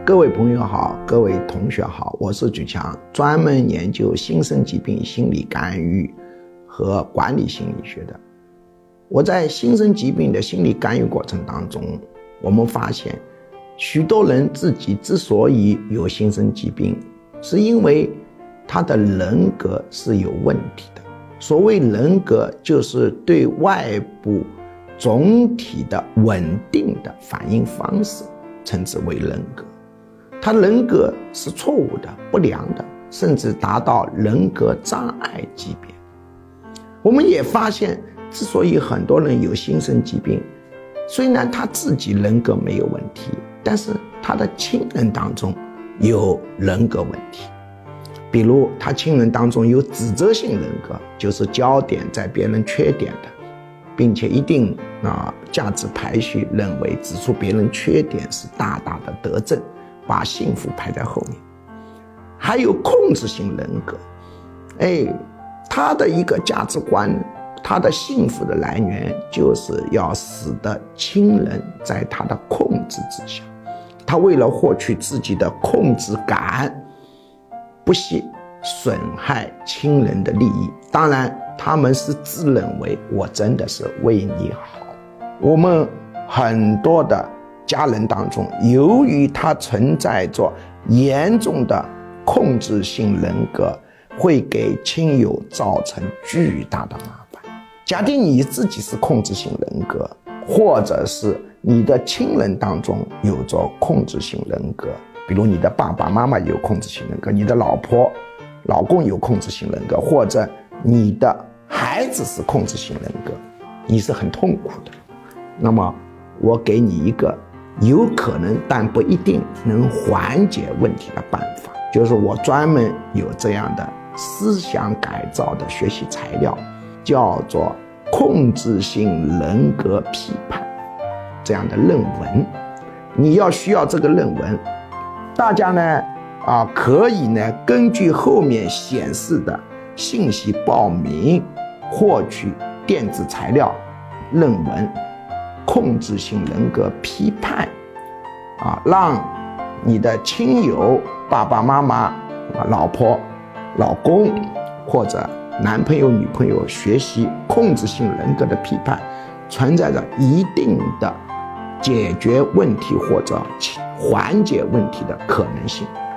各位朋友好，各位同学好，我是举强，专门研究新生疾病心理干预和管理心理学的。我在新生疾病的心理干预过程当中，我们发现许多人自己之所以有新生疾病，是因为他的人格是有问题的。所谓人格，就是对外部总体的稳定的反应方式，称之为人格。他人格是错误的、不良的，甚至达到人格障碍级别。我们也发现，之所以很多人有新生疾病，虽然他自己人格没有问题，但是他的亲人当中有人格问题。比如他亲人当中有指责性人格，就是焦点在别人缺点的，并且一定价值排序认为指出别人缺点是大大的得正，把幸福排在后面。还有控制性人格，他的一个价值观，他的幸福的来源就是要使得亲人在他的控制之下，他为了获取自己的控制感，不惜损害亲人的利益。当然他们是自认为我真的是为你好。我们很多的家人当中，由于他存在着严重的控制性人格，会给亲友造成巨大的麻烦。假定你自己是控制性人格，或者是你的亲人当中有着控制性人格，比如你的爸爸妈妈有控制性人格，你的老婆老公有控制性人格，或者你的孩子是控制性人格，你是很痛苦的。那么我给你一个有可能但不一定能缓解问题的办法，就是我专门有这样的思想改造的学习材料，叫做控制性人格批判这样的论文。你需要这个论文，大家呢可以呢根据后面显示的信息报名，获取电子材料论文控制性人格批判让你的亲友爸爸妈妈老婆老公或者男朋友女朋友学习控制性人格的批判，存在着一定的解决问题或者缓解问题的可能性。